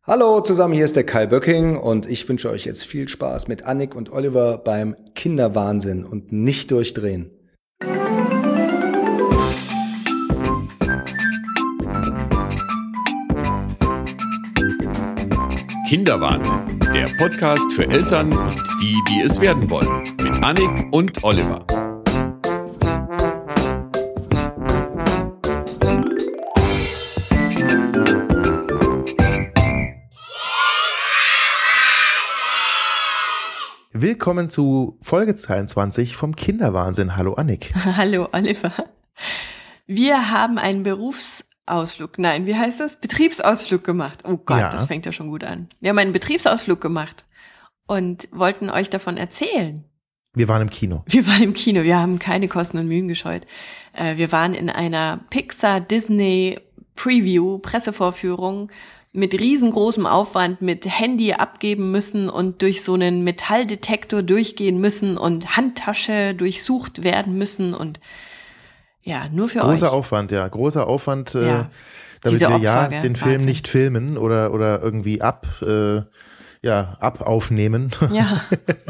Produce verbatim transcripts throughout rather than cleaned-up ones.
Hallo zusammen, hier ist der Kai Böcking und ich wünsche euch jetzt viel Spaß mit Annik und Oliver beim Kinderwahnsinn und nicht durchdrehen. Kinderwahnsinn, der Podcast für Eltern und die, die es werden wollen, mit Annik und Oliver. Willkommen zu Folge zweiundzwanzig vom Kinderwahnsinn. Hallo Annik. Hallo Oliver. Wir haben einen Berufsausflug, nein, wie heißt das? Betriebsausflug gemacht. Oh Gott, ja. Das fängt ja schon gut an. Wir haben einen Betriebsausflug gemacht und wollten euch davon erzählen. Wir waren im Kino. Wir waren im Kino, wir haben keine Kosten und Mühen gescheut. Wir waren in einer Pixar-Disney-Preview, Pressevorführung, mit riesengroßem Aufwand, mit Handy abgeben müssen und durch so einen Metalldetektor durchgehen müssen und Handtasche durchsucht werden müssen und ja, nur für großer euch. Großer Aufwand, ja, großer Aufwand, ja. äh, damit Diese wir Opfer, ja gell? den Film Wahnsinn. nicht filmen oder oder irgendwie ab, äh, ja, ab aufnehmen. Ja.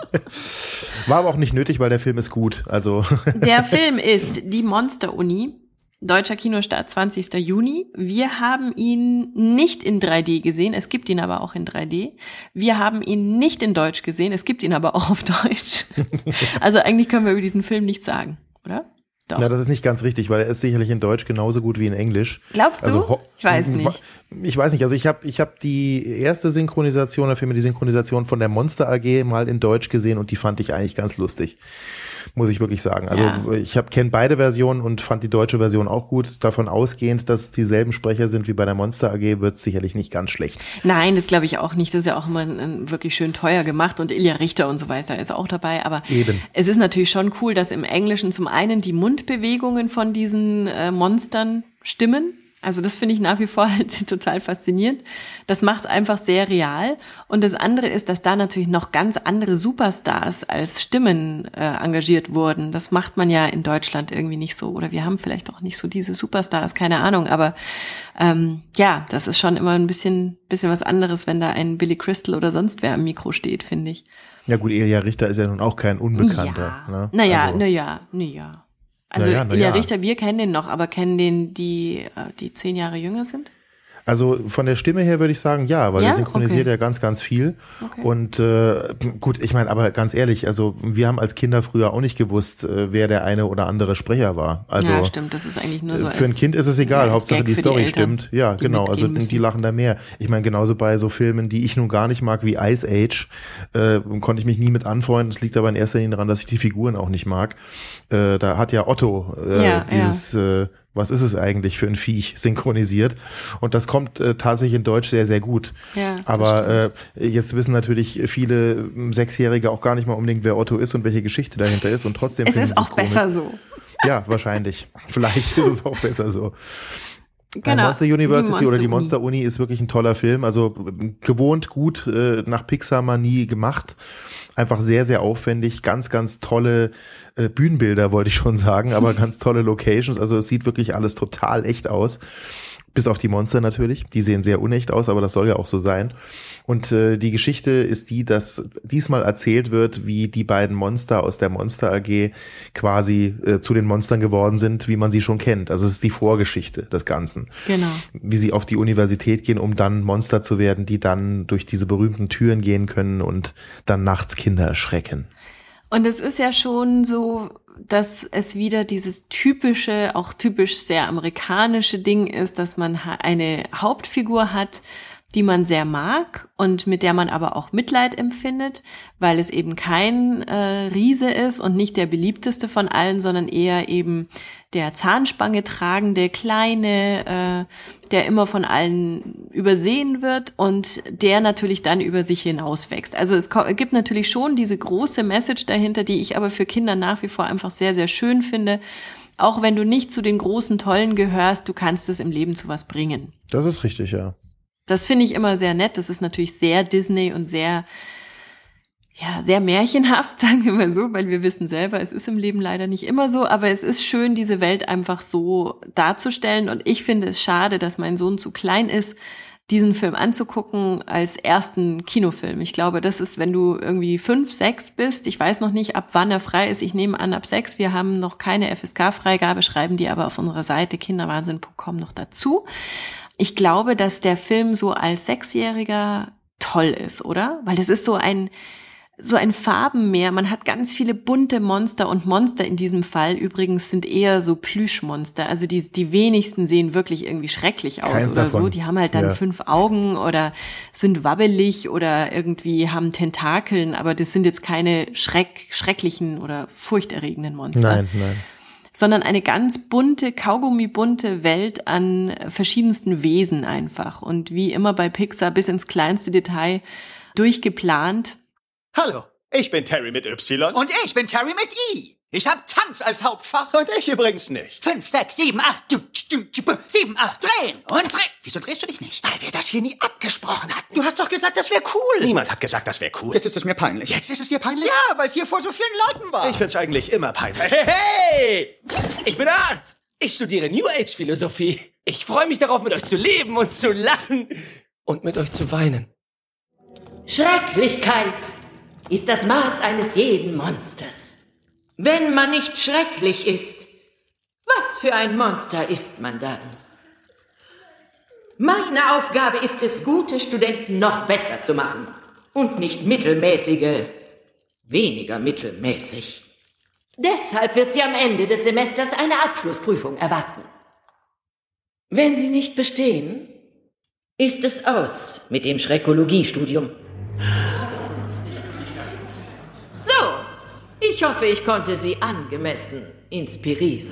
War aber auch nicht nötig, weil der Film ist gut. Also der Film ist Die Monster-Uni. Deutscher Kinostart zwanzigster Juni. Wir haben ihn nicht in drei D gesehen, es gibt ihn aber auch in drei D. Wir haben ihn nicht in Deutsch gesehen, es gibt ihn aber auch auf Deutsch. Also eigentlich können wir über diesen Film nichts sagen, oder? Doch. Ja, das ist nicht ganz richtig, weil er ist sicherlich in Deutsch genauso gut wie in Englisch. Glaubst du? Also, ich weiß nicht. Ich weiß nicht, also ich habe ich hab die erste Synchronisation, dafür die Synchronisation von der Monster A G mal in Deutsch gesehen und die fand ich eigentlich ganz lustig. Muss ich wirklich sagen. Also ja. ich habe kenne beide Versionen und fand die deutsche Version auch gut. Davon ausgehend, dass es dieselben Sprecher sind wie bei der Monster A G, wird es sicherlich nicht ganz schlecht. Nein, das glaube ich auch nicht. Das ist ja auch immer ein, ein wirklich schön teuer gemacht und Ilja Richter und so weiter ist auch dabei. Aber Eben. Es ist natürlich schon cool, dass im Englischen zum einen die Mundbewegungen von diesen äh, Monstern stimmen. Also das finde ich nach wie vor halt total faszinierend. Das macht es einfach sehr real. Und das andere ist, dass da natürlich noch ganz andere Superstars als Stimmen äh, engagiert wurden. Das macht man ja in Deutschland irgendwie nicht so. Oder wir haben vielleicht auch nicht so diese Superstars, keine Ahnung. Aber ähm, ja, das ist schon immer ein bisschen, bisschen was anderes, wenn da ein Billy Crystal oder sonst wer am Mikro steht, finde ich. Ja gut, Ilja Richter ist ja nun auch kein Unbekannter. Ja. Ne? Naja, also. naja, naja. Also naja, naja. Ilja Richter, wir kennen den noch, aber kennen den, die, die zehn Jahre jünger sind? Also von der Stimme her würde ich sagen, ja, weil ja? er synchronisiert okay. ja ganz, ganz viel. Okay. Und äh, gut, ich meine, aber ganz ehrlich, also wir haben als Kinder früher auch nicht gewusst, äh, wer der eine oder andere Sprecher war. Also ja, stimmt, das ist eigentlich nur so. Für als, ein Kind ist es egal, ja, Hauptsache Gag die Story die Eltern, stimmt. Ja, genau, also müssen. die lachen da mehr. Ich meine, genauso bei so Filmen, die ich nun gar nicht mag, wie Ice Age, äh, konnte ich mich nie mit anfreunden. Das liegt aber in erster Linie daran, dass ich die Figuren auch nicht mag. Äh, da hat ja Otto äh, ja, dieses ja. Äh, was ist es eigentlich für ein Viech, synchronisiert. Und das kommt äh, tatsächlich in Deutsch sehr, sehr gut. Ja, aber äh, jetzt wissen natürlich viele Sechsjährige auch gar nicht mal unbedingt, wer Otto ist und welche Geschichte dahinter ist. Und trotzdem es ist auch besser so. Ja, wahrscheinlich. Vielleicht ist es auch besser so. Genau. Monster University Monster oder die Monster Uni ist wirklich ein toller Film. Also gewohnt gut, äh, nach Pixar-Manie gemacht. Einfach sehr, sehr aufwendig. Ganz, ganz tolle äh, Bühnenbilder, wollte ich schon sagen, aber ganz tolle Locations. Also es sieht wirklich alles total echt aus. Bis auf die Monster natürlich. Die sehen sehr unecht aus, aber das soll ja auch so sein. Und äh, die Geschichte ist die, dass diesmal erzählt wird, wie die beiden Monster aus der Monster A G quasi äh, zu den Monstern geworden sind, wie man sie schon kennt. Also es ist die Vorgeschichte des Ganzen. Genau. Wie sie auf die Universität gehen, um dann Monster zu werden, die dann durch diese berühmten Türen gehen können und dann nachts Kinder erschrecken. Und es ist ja schon so, dass es wieder dieses typische, auch typisch sehr amerikanische Ding ist, dass man eine Hauptfigur hat, die man sehr mag und mit der man aber auch Mitleid empfindet, weil es eben kein äh, Riese ist und nicht der beliebteste von allen, sondern eher eben der Zahnspange tragende, kleine, äh, der immer von allen übersehen wird und der natürlich dann über sich hinauswächst. Also es gibt natürlich schon diese große Message dahinter, die ich aber für Kinder nach wie vor einfach sehr, sehr schön finde. Auch wenn du nicht zu den großen Tollen gehörst, du kannst es im Leben zu was bringen. Das ist richtig, ja. Das finde ich immer sehr nett. Das ist natürlich sehr Disney und sehr, ja, sehr märchenhaft, sagen wir mal so, weil wir wissen selber, es ist im Leben leider nicht immer so, aber es ist schön, diese Welt einfach so darzustellen und ich finde es schade, dass mein Sohn zu klein ist, diesen Film anzugucken als ersten Kinofilm. Ich glaube, das ist, wenn du irgendwie fünf, sechs bist, ich weiß noch nicht, ab wann er frei ist, ich nehme an, ab sechs, wir haben noch keine F S K-Freigabe, schreiben die aber auf unserer Seite kinderwahnsinn punkt com noch dazu. Ich glaube, dass der Film so als Sechsjähriger toll ist, oder? Weil das ist so ein so ein Farbenmeer. Man hat ganz viele bunte Monster und Monster in diesem Fall übrigens sind eher so Plüschmonster. Also die die wenigsten sehen wirklich irgendwie schrecklich aus Keins oder davon. so. Die haben halt dann Ja. fünf Augen oder sind wabbelig oder irgendwie haben Tentakeln, aber das sind jetzt keine schreck schrecklichen oder furchterregenden Monster. Nein, nein. Sondern eine ganz bunte, kaugummibunte Welt an verschiedensten Wesen einfach. Und wie immer bei Pixar bis ins kleinste Detail durchgeplant. Hallo, ich bin Terry mit Y. Und ich bin Terry mit I. Ich hab Tanz als Hauptfach. Und ich übrigens nicht. Fünf, sechs, sieben, acht, du, du, du, du, sieben, acht, drehen und drehen. Wieso drehst du dich nicht? Weil wir das hier nie abgesprochen hatten. Du hast doch gesagt, das wäre cool. Niemand hat gesagt, das wäre cool. Jetzt ist es mir peinlich. Jetzt ist es dir peinlich? Ja, weil es hier vor so vielen Leuten war. Ich find's eigentlich immer peinlich. Hey, hey, hey! Ich bin Art. Ich studiere New Age Philosophie. Ich freue mich darauf, mit euch zu leben und zu lachen und mit euch zu weinen. Schrecklichkeit ist das Maß eines jeden Monsters. Wenn man nicht schrecklich ist, was für ein Monster ist man dann? Meine Aufgabe ist es, gute Studenten noch besser zu machen und nicht mittelmäßige weniger mittelmäßig. Deshalb wird sie am Ende des Semesters eine Abschlussprüfung erwarten. Wenn sie nicht bestehen, ist es aus mit dem Schreckologie-Studium. So, ich hoffe, ich konnte Sie angemessen inspirieren.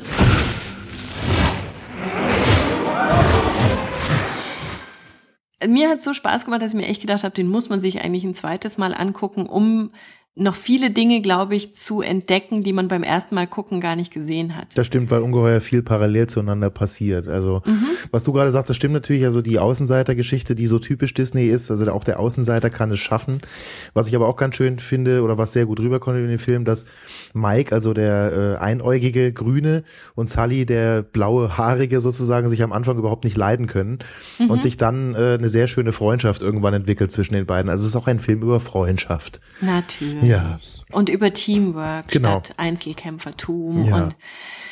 Mir hat es so Spaß gemacht, dass ich mir echt gedacht habe, den muss man sich eigentlich ein zweites Mal angucken, um noch viele Dinge, glaube ich, zu entdecken, die man beim ersten Mal gucken gar nicht gesehen hat. Das stimmt, weil ungeheuer viel parallel zueinander passiert. Also, mhm. was du gerade sagst, das stimmt natürlich. Also die Außenseiter-Geschichte, die so typisch Disney ist, also auch der Außenseiter kann es schaffen. Was ich aber auch ganz schön finde oder was sehr gut rüberkommt in dem Film, dass Mike, also der äh, einäugige Grüne und Sully, der blaue Haarige sozusagen, sich am Anfang überhaupt nicht leiden können mhm. und sich dann äh, eine sehr schöne Freundschaft irgendwann entwickelt zwischen den beiden. Also es ist auch ein Film über Freundschaft. Natürlich. Ja. Und über Teamwork genau. statt Einzelkämpfertum. Ja. Und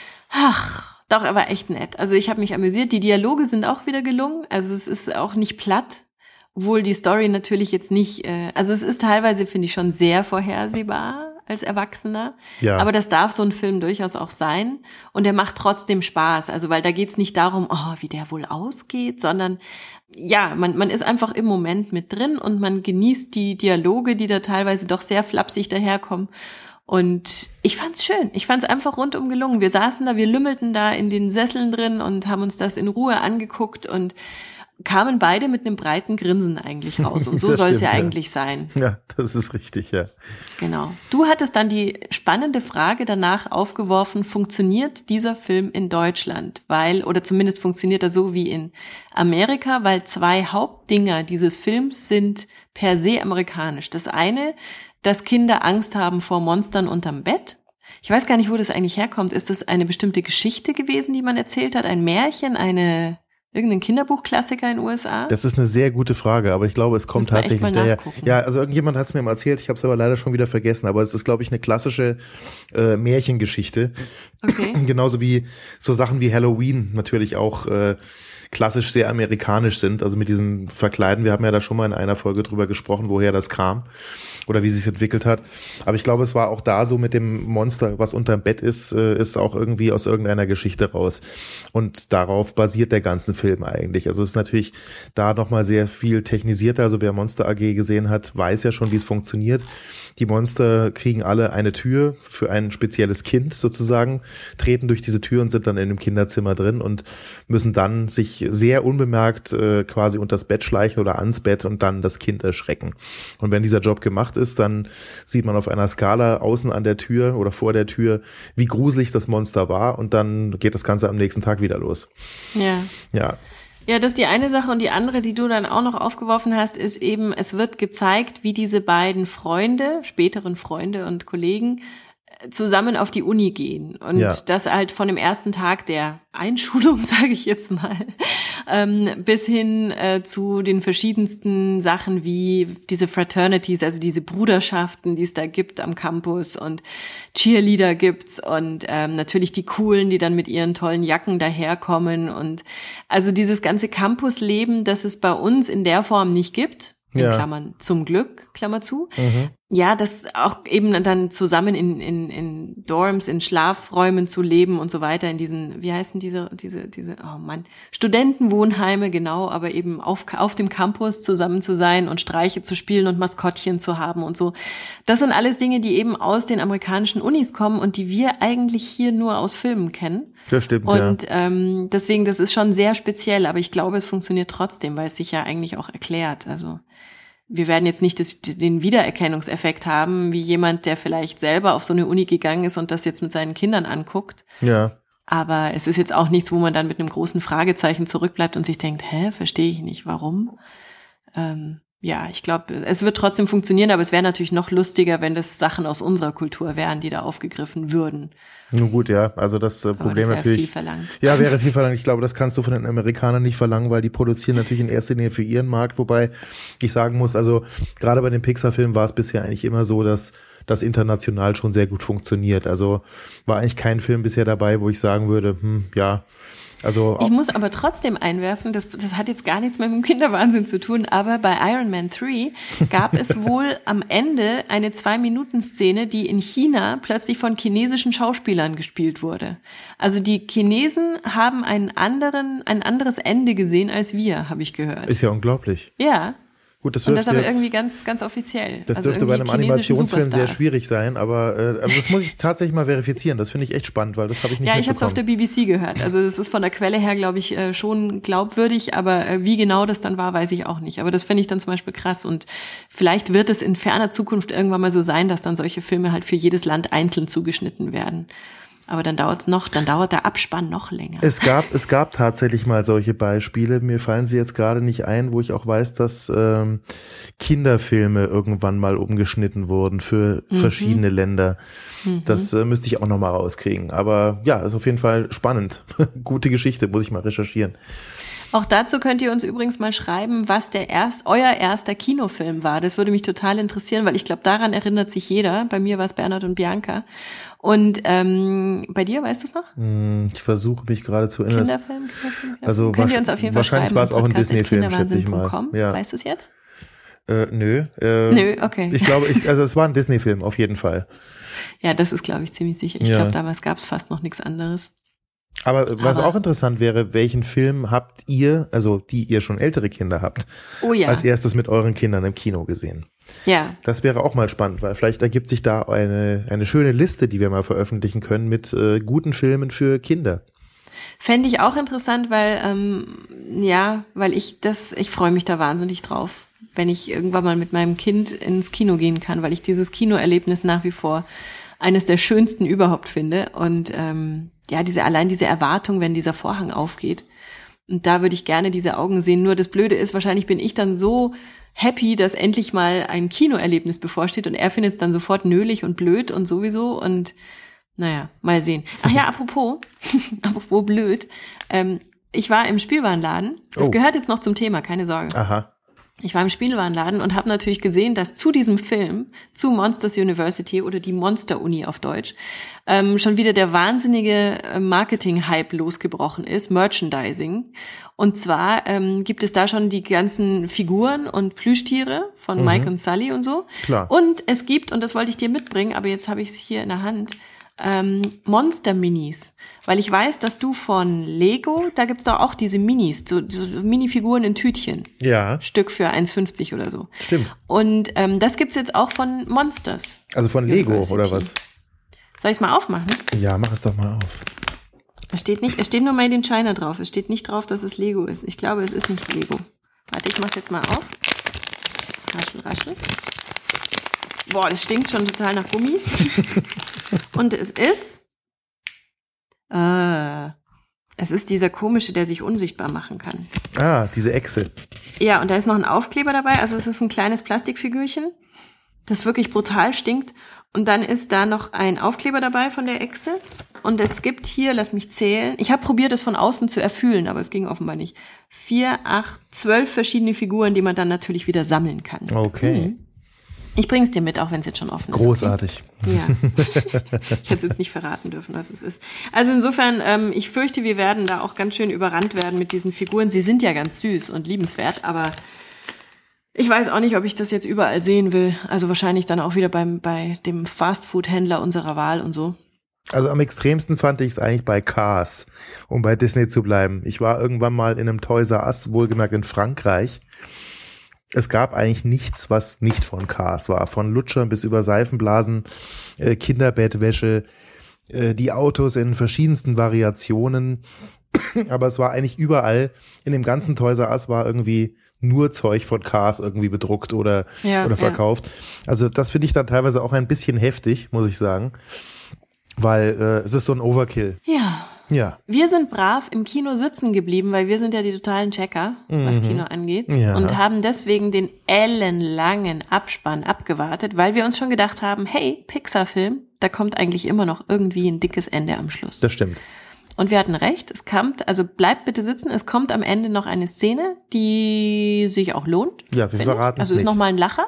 ach, doch, er war echt nett. Also ich habe mich amüsiert. Die Dialoge sind auch wieder gelungen. Also es ist auch nicht platt, obwohl die Story natürlich jetzt nicht, äh, also es ist teilweise, finde ich, schon sehr vorhersehbar als Erwachsener. Ja. Aber das darf so ein Film durchaus auch sein. Und er macht trotzdem Spaß. Also weil da geht's nicht darum, oh, wie der wohl ausgeht, sondern ja, man, man ist einfach im Moment mit drin und man genießt die Dialoge, die da teilweise doch sehr flapsig daherkommen. Und ich fand's schön. Ich fand's einfach rundum gelungen. Wir saßen da, wir lümmelten da in den Sesseln drin und haben uns das in Ruhe angeguckt und kamen beide mit einem breiten Grinsen eigentlich raus. Und so soll es ja, ja eigentlich sein. Ja, das ist richtig, ja. Genau. Du hattest dann die spannende Frage danach aufgeworfen, funktioniert dieser Film in Deutschland? Weil, oder zumindest funktioniert er so wie in Amerika, weil zwei Hauptdinger dieses Films sind per se amerikanisch. Das eine, dass Kinder Angst haben vor Monstern unterm Bett. Ich weiß gar nicht, wo das eigentlich herkommt. Ist das eine bestimmte Geschichte gewesen, die man erzählt hat? Ein Märchen, eine... Irgendein Kinderbuchklassiker in den U S A? Das ist eine sehr gute Frage, aber ich glaube, es kommt tatsächlich daher. Ja, also irgendjemand hat es mir mal erzählt, ich habe es aber leider schon wieder vergessen, aber es ist, glaube ich, eine klassische äh, Märchengeschichte. Okay. Genauso wie so Sachen wie Halloween natürlich auch äh, klassisch sehr amerikanisch sind, also mit diesem Verkleiden. Wir haben ja da schon mal in einer Folge drüber gesprochen, woher das kam oder wie sich entwickelt hat. Aber ich glaube, es war auch da so mit dem Monster, was unterm Bett ist, ist auch irgendwie aus irgendeiner Geschichte raus. Und darauf basiert der ganze Film eigentlich. Also es ist natürlich da nochmal sehr viel technisierter. Also wer Monster A G gesehen hat, weiß ja schon, wie es funktioniert. Die Monster kriegen alle eine Tür für ein spezielles Kind sozusagen, treten durch diese Tür und sind dann in einem Kinderzimmer drin und müssen dann sich sehr unbemerkt äh, quasi unters Bett schleichen oder ans Bett und dann das Kind erschrecken. Und wenn dieser Job gemacht ist, dann sieht man auf einer Skala außen an der Tür oder vor der Tür, wie gruselig das Monster war und dann geht das Ganze am nächsten Tag wieder los. Ja. Ja. Ja, das ist die eine Sache und die andere, die du dann auch noch aufgeworfen hast, ist eben, es wird gezeigt, wie diese beiden Freunde, späteren Freunde und Kollegen, zusammen auf die Uni gehen und ja. das halt von dem ersten Tag der Einschulung, sage ich jetzt mal, ähm, bis hin äh, zu den verschiedensten Sachen wie diese Fraternities, also diese Bruderschaften, die es da gibt am Campus und Cheerleader gibt's und ähm, natürlich die Coolen, die dann mit ihren tollen Jacken daherkommen und also dieses ganze Campusleben, das es bei uns in der Form nicht gibt, in ja. Klammern zum Glück, Klammer zu. Mhm. Ja, das auch eben dann zusammen in, in, in Dorms, in Schlafräumen zu leben und so weiter, in diesen, wie heißen diese, diese, diese, oh Mann, Studentenwohnheime, genau, aber eben auf, auf dem Campus zusammen zu sein und Streiche zu spielen und Maskottchen zu haben und so. Das sind alles Dinge, die eben aus den amerikanischen Unis kommen und die wir eigentlich hier nur aus Filmen kennen. Das stimmt, und ja. ähm, deswegen, das ist schon sehr speziell, aber ich glaube, es funktioniert trotzdem, weil es sich ja eigentlich auch erklärt, also wir werden jetzt nicht das, den Wiedererkennungseffekt haben, wie jemand, der vielleicht selber auf so eine Uni gegangen ist und das jetzt mit seinen Kindern anguckt. Ja. Aber es ist jetzt auch nichts, wo man dann mit einem großen Fragezeichen zurückbleibt und sich denkt, hä, verstehe ich nicht, warum? Ähm, ja, ich glaube, es wird trotzdem funktionieren, aber es wäre natürlich noch lustiger, wenn das Sachen aus unserer Kultur wären, die da aufgegriffen würden. Nun gut, ja, also das äh, Problem das wäre natürlich. Viel verlangt. Ja, wäre viel verlangt. Ich glaube, das kannst du von den Amerikanern nicht verlangen, weil die produzieren natürlich in erster Linie für ihren Markt, wobei ich sagen muss, also gerade bei den Pixar-Filmen war es bisher eigentlich immer so, dass das international schon sehr gut funktioniert. Also war eigentlich kein Film bisher dabei, wo ich sagen würde, hm, ja, also ich muss aber trotzdem einwerfen, das, das hat jetzt gar nichts mehr mit dem Kinderwahnsinn zu tun, aber bei Iron Man drei gab es wohl am Ende eine Zwei-Minuten-Szene, die in China plötzlich von chinesischen Schauspielern gespielt wurde. Also die Chinesen haben einen anderen, ein anderes Ende gesehen als wir, habe ich gehört. Ist ja unglaublich. Ja. Gut, das und das aber jetzt, irgendwie ganz, ganz offiziell. Das also dürfte bei einem Animationsfilm sehr Superstars. schwierig sein, aber, äh, aber das muss ich tatsächlich mal verifizieren. Das finde ich echt spannend, weil das habe ich nicht Ja, ich habe es auf der mitbekommen. B B C gehört. Also es ist von der Quelle her, glaube ich, äh, schon glaubwürdig, aber äh, wie genau das dann war, weiß ich auch nicht. Aber das finde ich dann zum Beispiel krass und vielleicht wird es in ferner Zukunft irgendwann mal so sein, dass dann solche Filme halt für jedes Land einzeln zugeschnitten werden. Aber dann dauert's noch, dann dauert der Abspann noch länger. Es gab, es gab tatsächlich mal solche Beispiele. Mir fallen sie jetzt gerade nicht ein, wo ich auch weiß, dass ähm, Kinderfilme irgendwann mal umgeschnitten wurden für mhm. verschiedene Länder. Mhm. Das äh, müsste ich auch noch mal rauskriegen. Aber ja, ist auf jeden Fall spannend. Gute Geschichte, muss ich mal recherchieren. Auch dazu könnt ihr uns übrigens mal schreiben, was der erst, euer erster Kinofilm war. Das würde mich total interessieren, weil ich glaube, daran erinnert sich jeder. Bei mir war es Bernhard und Bianca. Und ähm, bei dir, weißt du es noch? Ich versuche mich gerade zu erinnern. Kinderfilm, Kinderfilm? Also könnt ihr uns auf jeden Fall wahrscheinlich schreiben. war es auch ein Disney-Film, schätze ich mal. Ja. Weißt du es jetzt? Äh, nö. Äh, nö, okay. Ich glaube, ich, also es war ein Disney-Film, auf jeden Fall. Ja, das ist, glaube ich, ziemlich sicher. Ich ja. glaube, damals gab es fast noch nichts anderes. Aber was Aber auch interessant wäre, welchen Film habt ihr, also die ihr schon ältere Kinder habt, oh ja. als erstes mit euren Kindern im Kino gesehen? Ja. Das wäre auch mal spannend, weil vielleicht ergibt sich da eine, eine schöne Liste, die wir mal veröffentlichen können mit äh, guten Filmen für Kinder. Fände ich auch interessant, weil, ähm, ja, weil ich das, ich freue mich da wahnsinnig drauf, wenn ich irgendwann mal mit meinem Kind ins Kino gehen kann, weil ich dieses Kinoerlebnis nach wie vor eines der schönsten überhaupt finde und ähm, ja, diese allein diese Erwartung, wenn dieser Vorhang aufgeht. Und da würde ich gerne diese Augen sehen. Nur das Blöde ist, wahrscheinlich bin ich dann so happy, dass endlich mal ein Kinoerlebnis bevorsteht und er findet es dann sofort nölig und blöd und sowieso und naja, mal sehen. Ach ja, apropos, apropos blöd, ähm, ich war im Spielwarenladen. Das Oh. gehört jetzt noch zum Thema, keine Sorge. Aha. Ich war im Spielwarenladen und habe natürlich gesehen, dass zu diesem Film, zu Monsters University oder die Monster-Uni auf Deutsch, ähm, schon wieder der wahnsinnige äh, Marketing-Hype losgebrochen ist, Merchandising. Und zwar ähm, gibt es da schon die ganzen Figuren und Plüschtiere von Mhm. Mike und Sully und so. Klar. Und es gibt, und das wollte ich dir mitbringen, aber jetzt habe ich es hier in der Hand, ähm, Monster-Minis. Weil ich weiß, dass du von Lego, da gibt's doch auch diese Minis, so, so Minifiguren in Tütchen. Ja, Stück für eins fünfzig oder so. stimmt. Und ähm, das gibt's jetzt auch von Monsters. Also von Lego University. oder was? Soll ich's mal aufmachen? Ja, mach es doch mal auf. Es steht nicht, es steht nur Made in China drauf. Es steht nicht drauf, dass es Lego ist. Ich glaube, es ist nicht Lego. Warte, ich mach's jetzt mal auf. Raschel, raschel. Boah, das stinkt schon total nach Gummi. Und es ist, äh, es ist dieser komische, der sich unsichtbar machen kann. Ah, diese Echse. Ja, und da ist noch ein Aufkleber dabei. Also es ist ein kleines Plastikfigürchen. das wirklich brutal stinkt. Und dann ist da noch ein Aufkleber dabei von der Echse. Und es gibt hier, lass mich zählen, ich habe probiert, es von außen zu erfüllen, aber es ging offenbar nicht. Vier, acht, zwölf verschiedene Figuren, die man dann natürlich wieder sammeln kann. Okay. Hm. Ich bring's dir mit, auch wenn es jetzt schon offen ist. Großartig. Okay? Ja. Ich hätte jetzt nicht verraten dürfen, was es ist. Also insofern, ähm, ich fürchte, wir werden da auch ganz schön überrannt werden mit diesen Figuren. Sie sind ja ganz süß und liebenswert, aber ich weiß auch nicht, ob ich das jetzt überall sehen will. Also wahrscheinlich dann auch wieder beim bei dem Fastfood-Händler unserer Wahl und so. Also am extremsten fand ich es eigentlich bei Cars, um bei Disney zu bleiben. Ich war irgendwann mal in einem Toys R Us, wohlgemerkt in Frankreich. Es gab eigentlich nichts, was nicht von Cars war. Von Lutschern bis über Seifenblasen, äh, Kinderbettwäsche, äh, die Autos in verschiedensten Variationen. Aber es war eigentlich überall, in dem ganzen Toys R Us war irgendwie nur Zeug von Cars irgendwie bedruckt oder, ja, oder verkauft. Ja. Also das finde ich dann teilweise auch ein bisschen heftig, muss ich sagen. Weil äh, es ist so ein Overkill. Ja. Ja. Wir sind brav im Kino sitzen geblieben, weil wir sind ja die totalen Checker, mhm. was Kino angeht. Ja. Und haben deswegen den ellenlangen Abspann abgewartet, weil wir uns schon gedacht haben, hey, Pixar-Film, da kommt eigentlich immer noch irgendwie ein dickes Ende am Schluss. Das stimmt. Und wir hatten recht, es kommt, also bleibt bitte sitzen, es kommt am Ende noch eine Szene, die sich auch lohnt. Ja, wir verraten es Also ist nicht. nochmal ein Lacher.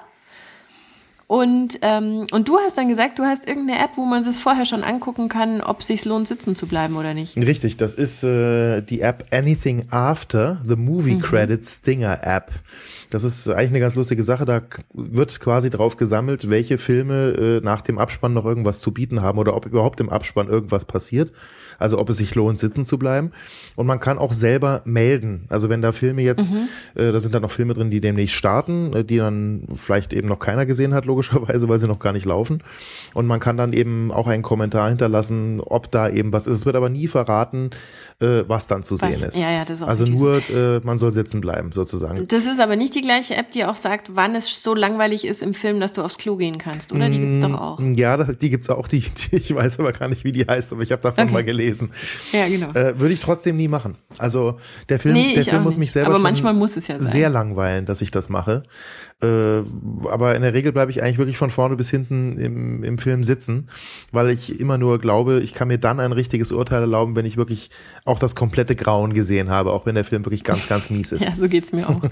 Und ähm, und du hast dann gesagt, du hast irgendeine App, wo man das vorher schon angucken kann, ob es sich lohnt, sitzen zu bleiben oder nicht. Richtig, das ist äh, die App Anything After, the Movie mhm. Credits Stinger App. Das ist eigentlich eine ganz lustige Sache. Da wird quasi drauf gesammelt, welche Filme äh, nach dem Abspann noch irgendwas zu bieten haben oder ob überhaupt im Abspann irgendwas passiert. Also ob es sich lohnt, sitzen zu bleiben. Und man kann auch selber melden. Also wenn da Filme jetzt, mhm. äh, da sind dann noch Filme drin, die demnächst starten, äh, die dann vielleicht eben noch keiner gesehen hat, logischerweise, weil sie noch gar nicht laufen. Und man kann dann eben auch einen Kommentar hinterlassen, ob da eben was ist. Es wird aber nie verraten, äh, was dann zu was? sehen ist. Ja, ja, das ist auch also nur, äh, man soll sitzen bleiben, sozusagen. Das ist aber nicht die gleiche App, die auch sagt, wann es so langweilig ist im Film, dass du aufs Klo gehen kannst, oder? Die gibt's doch auch. Ja, die gibt's auch. Die, die, ich weiß aber gar nicht, wie die heißt, aber ich habe davon okay. mal gelesen. Ja, genau. Äh, würde ich trotzdem nie machen. Also der Film, nee, der Film muss mich selber aber schon manchmal muss es ja sein. sehr langweilen, dass ich das mache. Äh, aber in der Regel bleibe ich eigentlich wirklich von vorne bis hinten im, im Film sitzen, weil ich immer nur glaube, ich kann mir dann ein richtiges Urteil erlauben, wenn ich wirklich auch das komplette Grauen gesehen habe, auch wenn der Film wirklich ganz, ganz mies ist. Ja, so geht's mir auch.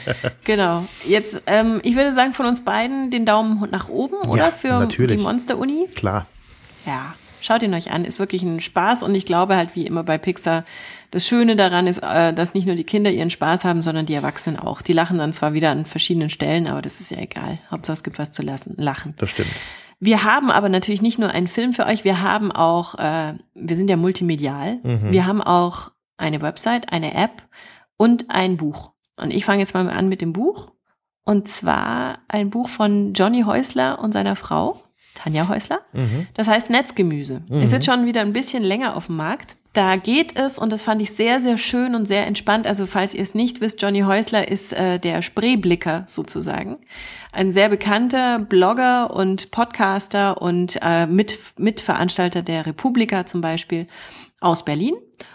Genau. Jetzt, ähm, ich würde sagen, von uns beiden den Daumen nach oben, oder? Ja, Für natürlich. die Monster-Uni? Klar. Ja, schaut ihn euch an, ist wirklich ein Spaß und ich glaube halt wie immer bei Pixar, das Schöne daran ist, dass nicht nur die Kinder ihren Spaß haben, sondern die Erwachsenen auch. Die lachen dann zwar wieder an verschiedenen Stellen, aber das ist ja egal. Hauptsache es gibt was zu lassen, lachen. Das stimmt. Wir haben aber natürlich nicht nur einen Film für euch, wir haben auch, äh, wir sind ja multimedial, mhm. wir haben auch eine Website, eine App und ein Buch. Und ich fange jetzt mal an mit dem Buch. Und zwar ein Buch von Johnny Häusler und seiner Frau, Tanja Häusler. Mhm. Das heißt Netzgemüse. Mhm. Ist jetzt schon wieder ein bisschen länger auf dem Markt. Da geht es, und das fand ich sehr, sehr schön und sehr entspannt. Also falls ihr es nicht wisst, Johnny Häusler ist äh, der Spreeblicker sozusagen. Ein sehr bekannter Blogger und Podcaster und äh, mit, Mitveranstalter der Republika zum Beispiel aus Berlin.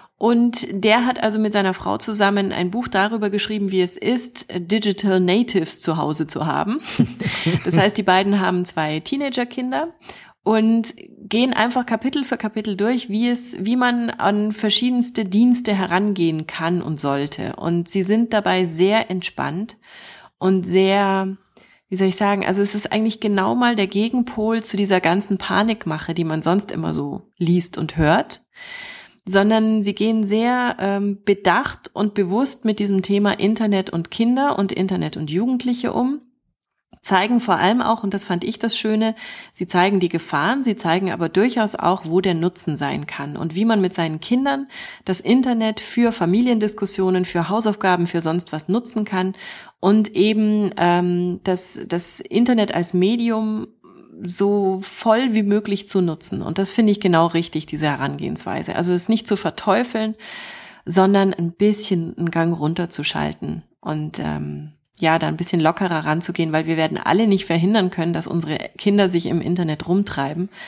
Und der hat also mit seiner Frau zusammen ein Buch darüber geschrieben, wie es ist, Digital Natives zu Hause zu haben. Das heißt, die beiden haben zwei Teenagerkinder und gehen einfach Kapitel für Kapitel durch, wie es, wie man an verschiedenste Dienste herangehen kann und sollte. Und sie sind dabei sehr entspannt und sehr, wie soll ich sagen, also es ist eigentlich genau mal der Gegenpol zu dieser ganzen Panikmache, die man sonst immer so liest und hört, sondern sie gehen sehr ähm, bedacht und bewusst mit diesem Thema Internet und Kinder und Internet und Jugendliche um, zeigen vor allem auch, und das fand ich das Schöne, sie zeigen die Gefahren, sie zeigen aber durchaus auch, wo der Nutzen sein kann und wie man mit seinen Kindern das Internet für Familiendiskussionen, für Hausaufgaben, für sonst was nutzen kann und eben ähm, das, das Internet als Medium so voll wie möglich zu nutzen. Und das finde ich genau richtig, diese Herangehensweise. Also es nicht zu verteufeln, sondern ein bisschen einen Gang runterzuschalten und ähm, ja, da ein bisschen lockerer ranzugehen, weil wir werden alle nicht verhindern können, dass unsere Kinder sich im Internet rumtreiben.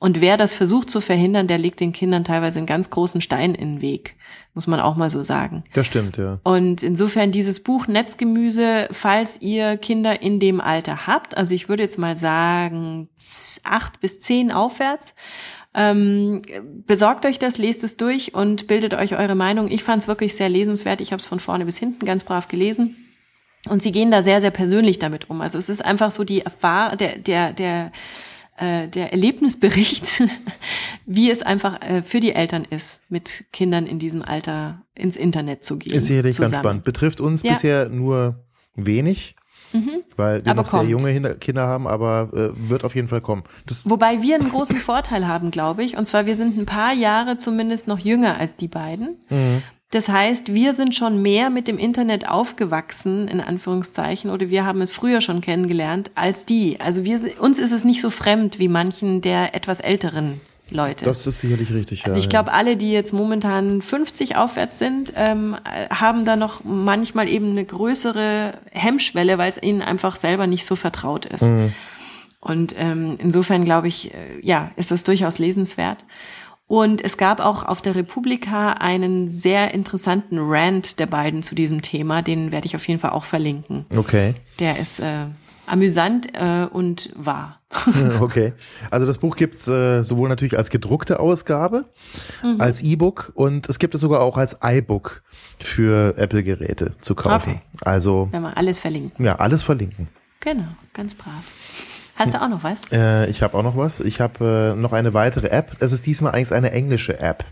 Und wer das versucht zu verhindern, der legt den Kindern teilweise einen ganz großen Stein in den Weg, muss man auch mal so sagen. Das stimmt, ja. Und insofern dieses Buch Netzgemüse, falls ihr Kinder in dem Alter habt, also ich würde jetzt mal sagen acht bis zehn aufwärts, ähm, besorgt euch das, lest es durch und bildet euch eure Meinung. Ich fand es wirklich sehr lesenswert. Ich habe es von vorne bis hinten ganz brav gelesen. Und sie gehen da sehr, sehr persönlich damit um. Also es ist einfach so die Erfahrung, der, der, der, äh, der Erlebnisbericht, wie es einfach äh, für die Eltern ist, mit Kindern in diesem Alter ins Internet zu gehen. Ist sicherlich zusammen. ganz spannend. Betrifft uns ja. bisher nur wenig, mhm. weil wir aber noch kommt. sehr junge Kinder haben, aber äh, wird auf jeden Fall kommen. Das Wobei wir einen großen Vorteil haben, glaube ich. Und zwar, wir sind ein paar Jahre zumindest noch jünger als die beiden. Mhm. Das heißt, wir sind schon mehr mit dem Internet aufgewachsen, in Anführungszeichen, oder wir haben es früher schon kennengelernt als die. Also wir, uns ist es nicht so fremd wie manchen der etwas älteren Leute. Das ist sicherlich richtig, Also ja. ich glaube, alle, die jetzt momentan fünfzig aufwärts sind, ähm, haben da noch manchmal eben eine größere Hemmschwelle, weil es ihnen einfach selber nicht so vertraut ist. Mhm. Und ähm, insofern glaube ich, äh, ja, ist das durchaus lesenswert. Und es gab auch auf der Republika einen sehr interessanten Rant der beiden zu diesem Thema. Den werde ich auf jeden Fall auch verlinken. Okay. Der ist äh, amüsant äh, und wahr. Okay. Also das Buch gibt's äh, sowohl natürlich als gedruckte Ausgabe, mhm. als E-Book und es gibt es sogar auch als iBook für Apple-Geräte zu kaufen. Okay. Also wenn wir alles verlinken. Ja, alles verlinken. Genau, ganz brav. Hast du auch noch was? Äh, ich habe auch noch was. Ich habe äh, noch eine weitere App. Es ist diesmal eigentlich eine englische App.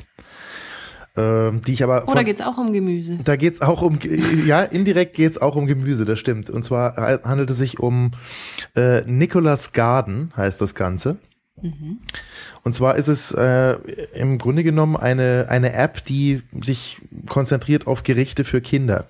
Äh, die ich aber. Oder oh, geht's auch um Gemüse? Da geht's auch um, ja, indirekt geht's auch um Gemüse, das stimmt. Und zwar handelt es sich um äh, Nicholas Garden, heißt das Ganze. Mhm. Und zwar ist es äh, im Grunde genommen eine, eine App, die sich konzentriert auf Gerichte für Kinder.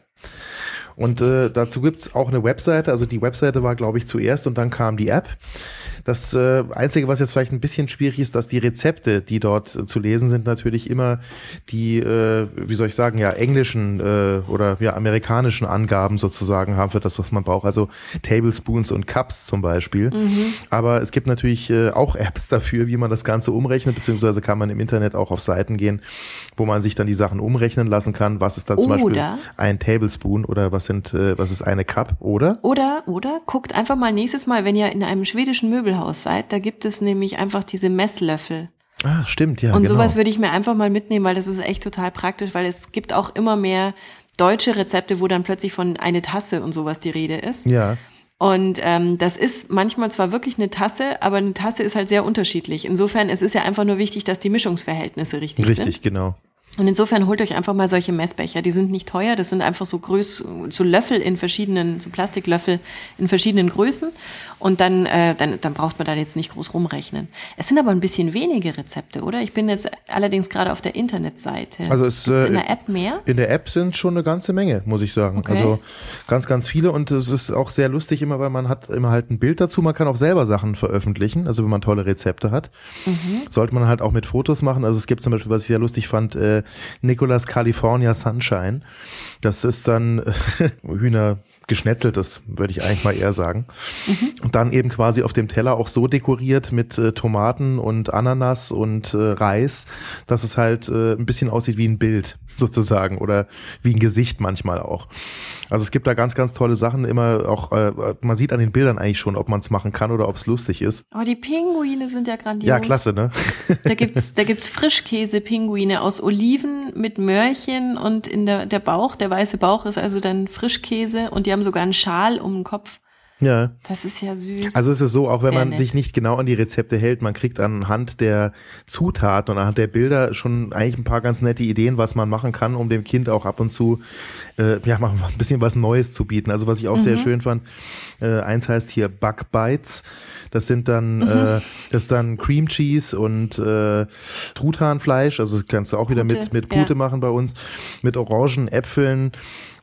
Und äh, dazu gibt's auch eine Webseite, also die Webseite war, glaube ich, zuerst und dann kam die App. Das äh, Einzige, was jetzt vielleicht ein bisschen schwierig ist, dass die Rezepte, die dort äh, zu lesen sind, natürlich immer die, äh, wie soll ich sagen, ja, englischen äh, oder ja, amerikanischen Angaben sozusagen haben für das, was man braucht. Also Tablespoons und Cups zum Beispiel. Mhm. Aber es gibt natürlich äh, auch Apps dafür, wie man das Ganze umrechnet, beziehungsweise kann man im Internet auch auf Seiten gehen, wo man sich dann die Sachen umrechnen lassen kann. Was ist dann zum oder Beispiel ein Tablespoon oder was sind, äh, was ist eine Cup, oder? Oder, oder, guckt einfach mal nächstes Mal, wenn ihr in einem schwedischen Möbelhaus seid, da gibt es nämlich einfach diese Messlöffel. Ah, stimmt, ja, Und genau. sowas würde ich mir einfach mal mitnehmen, weil das ist echt total praktisch, weil es gibt auch immer mehr deutsche Rezepte, wo dann plötzlich von eine Tasse und sowas die Rede ist. Ja. Und ähm, das ist manchmal zwar wirklich eine Tasse, aber eine Tasse ist halt sehr unterschiedlich. Insofern, es ist ja einfach nur wichtig, dass die Mischungsverhältnisse richtig, richtig sind. Richtig, genau. Und insofern holt euch einfach mal solche Messbecher. Die sind nicht teuer, das sind einfach so Größ, so Löffel in verschiedenen, so Plastiklöffel in verschiedenen Größen. Und dann, äh, dann, dann braucht man da jetzt nicht groß rumrechnen. Es sind aber ein bisschen wenige Rezepte, oder? Ich bin jetzt allerdings gerade auf der Internetseite. Also es Gibt's äh, in der App mehr? In der App sind schon eine ganze Menge, muss ich sagen. Okay. Also ganz, ganz viele. Und es ist auch sehr lustig immer, weil man hat immer halt ein Bild dazu. Man kann auch selber Sachen veröffentlichen. Also wenn man tolle Rezepte hat, mhm. sollte man halt auch mit Fotos machen. Also es gibt zum Beispiel, was ich sehr lustig fand, äh, Nicholas California Sunshine. Das ist dann äh, Hühner geschnetzeltes, würde ich eigentlich mal eher sagen. Mhm. Und dann eben quasi auf dem Teller auch so dekoriert mit äh, Tomaten und Ananas und äh, Reis, dass es halt äh, ein bisschen aussieht wie ein Bild sozusagen oder wie ein Gesicht manchmal auch. Also es gibt da ganz, ganz tolle Sachen immer auch, äh, man sieht an den Bildern eigentlich schon, ob man es machen kann oder ob es lustig ist. Oh, die Pinguine sind ja grandios. Ja, klasse, ne? Da gibt's, da gibt's Frischkäse-Pinguine aus Oliven mit Möhrchen und in der, der Bauch, der weiße Bauch ist also dann Frischkäse und die haben sogar einen Schal um den Kopf. Ja. Das ist ja süß. Also es ist so, auch wenn Sehr man nett. sich nicht genau an die Rezepte hält, man kriegt anhand der Zutaten und anhand der Bilder schon eigentlich ein paar ganz nette Ideen, was man machen kann, um dem Kind auch ab und zu äh, ja mal ein bisschen was Neues zu bieten. Also was ich auch mhm. sehr schön fand, äh, eins heißt hier Bug Bites. Das sind dann, mhm. äh, das ist dann Cream Cheese und äh, Truthahnfleisch. Also das kannst du auch wieder Pute, mit mit Pute ja. machen bei uns, mit Orangen, Äpfeln